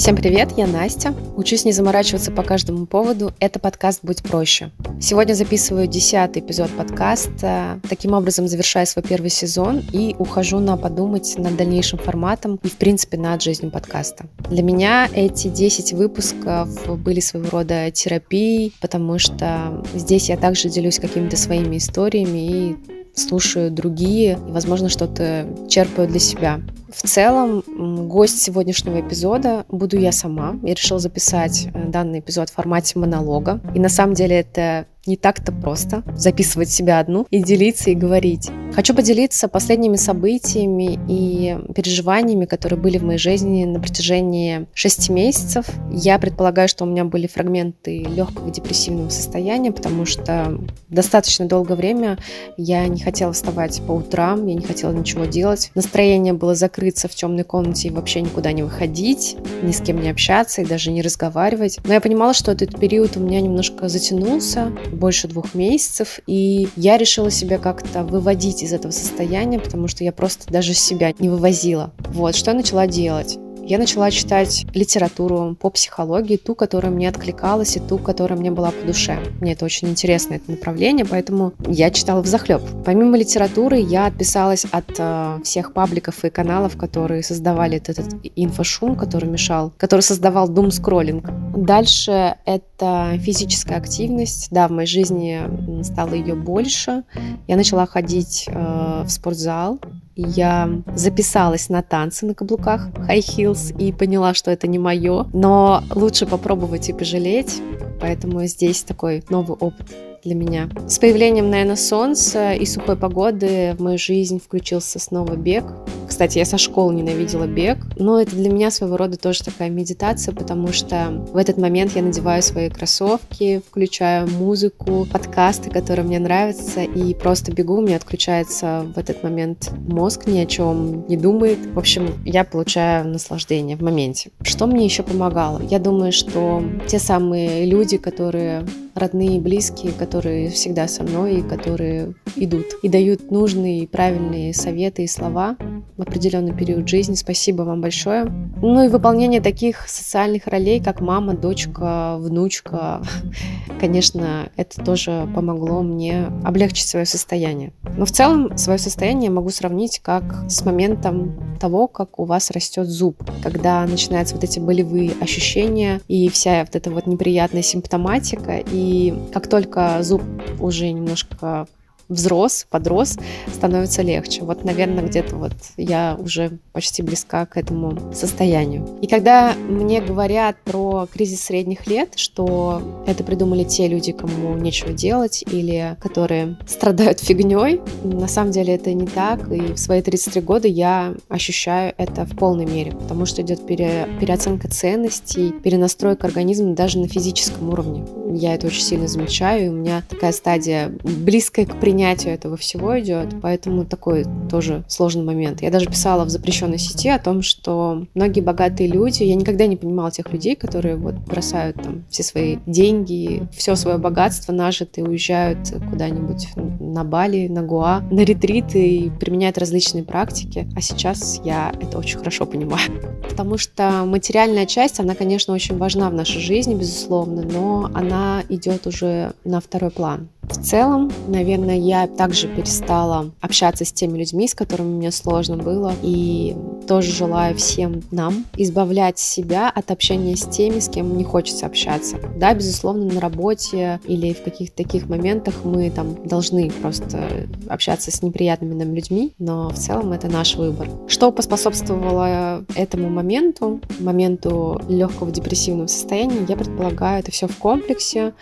Всем привет, я Настя. Учусь не заморачиваться по каждому поводу. Это подкаст «Будь проще». Сегодня записываю 10-й эпизод подкаста. Таким образом, завершаю свой первый сезон и ухожу на подумать над дальнейшим форматом и, в принципе, над жизнью подкаста. Для меня эти 10 выпусков были своего рода терапией, потому что здесь я также делюсь какими-то своими историями и слушаю другие, и, возможно, что-то черпаю для себя. В целом, гость сегодняшнего эпизода буду я сама. Я решила записать данный эпизод в формате монолога. И на самом деле это не так-то просто записывать себя одну и делиться, и говорить. Хочу поделиться последними событиями и переживаниями, которые были в моей жизни на протяжении 6 месяцев. Я предполагаю, что у меня были фрагменты легкого депрессивного состояния, потому что достаточно долгое время я не хотела вставать по утрам, я не хотела ничего делать. Настроение было закрыться в темной комнате и вообще никуда не выходить, ни с кем не общаться и даже не разговаривать. Но я понимала, что этот период у меня немножко затянулся, больше 2 месяцев, и я решила себя как-то выводить из этого состояния, потому что я просто даже себя не вывозила. Вот, что я начала делать? Я начала читать литературу по психологии, ту, которая мне откликалась, и ту, которая мне была по душе. Мне это очень интересно, это направление, поэтому я читала взахлеб. Помимо литературы, я отписалась от всех пабликов и каналов, которые создавали этот инфошум, который создавал думскроллинг. Дальше это физическая активность. Да, в моей жизни стало ее больше. Я начала ходить в спортзал. Я записалась на танцы на каблуках high heels и поняла, что это не мое, но лучше попробовать и пожалеть, поэтому здесь такой новый опыт для меня. С появлением, наверное, солнца и сухой погоды в мою жизнь включился снова бег. Кстати, я со школы ненавидела бег, но это для меня своего рода тоже такая медитация, потому что в этот момент я надеваю свои кроссовки, включаю музыку, подкасты, которые мне нравятся, и просто бегу, у меня отключается в этот момент мозг, ни о чем не думает. В общем, я получаю наслаждение в моменте. Что мне еще помогало? Я думаю, что те самые люди, которые родные и близкие, которые всегда со мной и которые идут и дают нужные и правильные советы и слова в определенный период жизни. Спасибо вам большое. Ну и выполнение таких социальных ролей, как мама, дочка, внучка, конечно, это тоже помогло мне облегчить свое состояние. Но в целом свое состояние я могу сравнить как с моментом того, как у вас растет зуб, когда начинаются вот эти болевые ощущения и вся вот эта вот неприятная симптоматика, и как только зуб уже немножко подрос, становится легче. Вот, наверное, где-то вот я уже почти близка к этому состоянию. И когда мне говорят про кризис средних лет, что это придумали те люди, кому нечего делать или которые страдают фигней, на самом деле это не так. И в свои 33 года я ощущаю это в полной мере, потому что идет переоценка ценностей, перенастройка организма даже на физическом уровне. Я это очень сильно замечаю, и у меня такая стадия близкая к принятию этого всего идет, поэтому такой тоже сложный момент. Я даже писала в запрещенной сети о том, что многие богатые люди, я никогда не понимала тех людей, которые вот бросают там все свои деньги, все свое богатство нажитое, уезжают куда-нибудь на Бали, на Гоа, на ретриты и применяют различные практики. А сейчас я это очень хорошо понимаю. Потому что материальная часть, она, конечно, очень важна в нашей жизни, безусловно, но она идет уже на второй план. В целом, наверное, я также перестала общаться с теми людьми, с которыми мне сложно было, и тоже желаю всем нам избавлять себя от общения с теми, с кем не хочется общаться. Да, безусловно, на работе или в каких-то таких моментах мы там должны просто общаться с неприятными нам людьми, но в целом это наш выбор. Что поспособствовало этому моменту легкого депрессивного состояния, я предполагаю, это все в комплексе.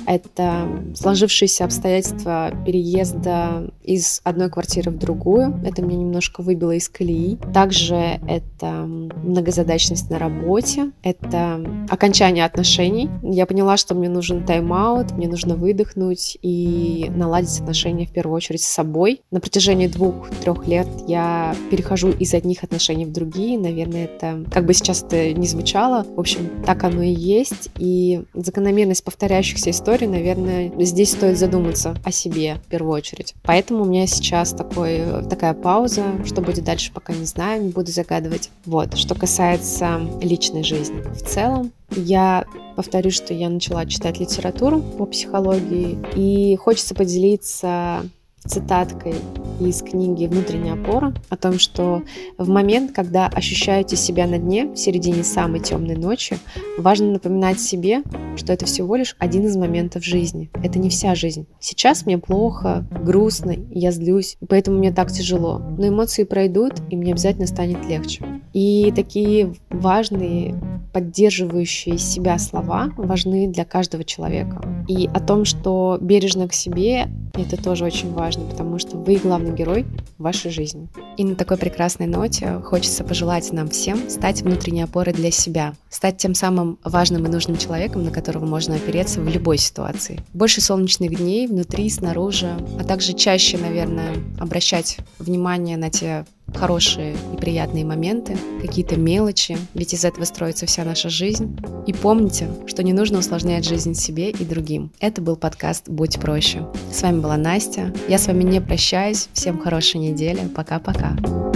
Это сложившиеся обстоятельства переезда из одной квартиры в другую. Это меня немножко выбило из колеи. Также это многозадачность на работе, это окончание отношений. Я поняла, что мне нужен тайм-аут, мне нужно выдохнуть и наладить отношения в первую очередь с собой. На протяжении 2-3 лет я перехожу из одних отношений в другие. Наверное, это, как бы сейчас это ни звучало, в общем, так оно и есть. И закономерность повторяющихся историй, наверное, здесь стоит задуматься задуматься о себе в первую очередь. Поэтому у меня сейчас такая пауза. Что будет дальше, пока не знаю, не буду загадывать. Вот, что касается личной жизни. В целом, я повторюсь, что я начала читать литературу по психологии, и хочется поделиться цитаткой из книги «Внутренняя опора» о том, что в момент, когда ощущаете себя на дне, в середине самой темной ночи, важно напоминать себе, что это всего лишь один из моментов жизни. Это не вся жизнь. Сейчас мне плохо, грустно, я злюсь, и поэтому мне так тяжело. Но эмоции пройдут, и мне обязательно станет легче. И такие важные, поддерживающие себя слова важны для каждого человека. И о том, что бережно к себе, это тоже очень важно, потому что вы главный герой в вашей жизни. И на такой прекрасной ноте хочется пожелать нам всем стать внутренней опорой для себя, стать тем самым важным и нужным человеком, на которого можно опереться в любой ситуации. Больше солнечных дней внутри, снаружи, а также чаще, наверное, обращать внимание на те хорошие и приятные моменты, какие-то мелочи, ведь из этого строится вся наша жизнь. И помните, что не нужно усложнять жизнь себе и другим. Это был подкаст «Будь проще». С вами была Настя. Я с вами не прощаюсь. Всем хорошей недели. Пока-пока.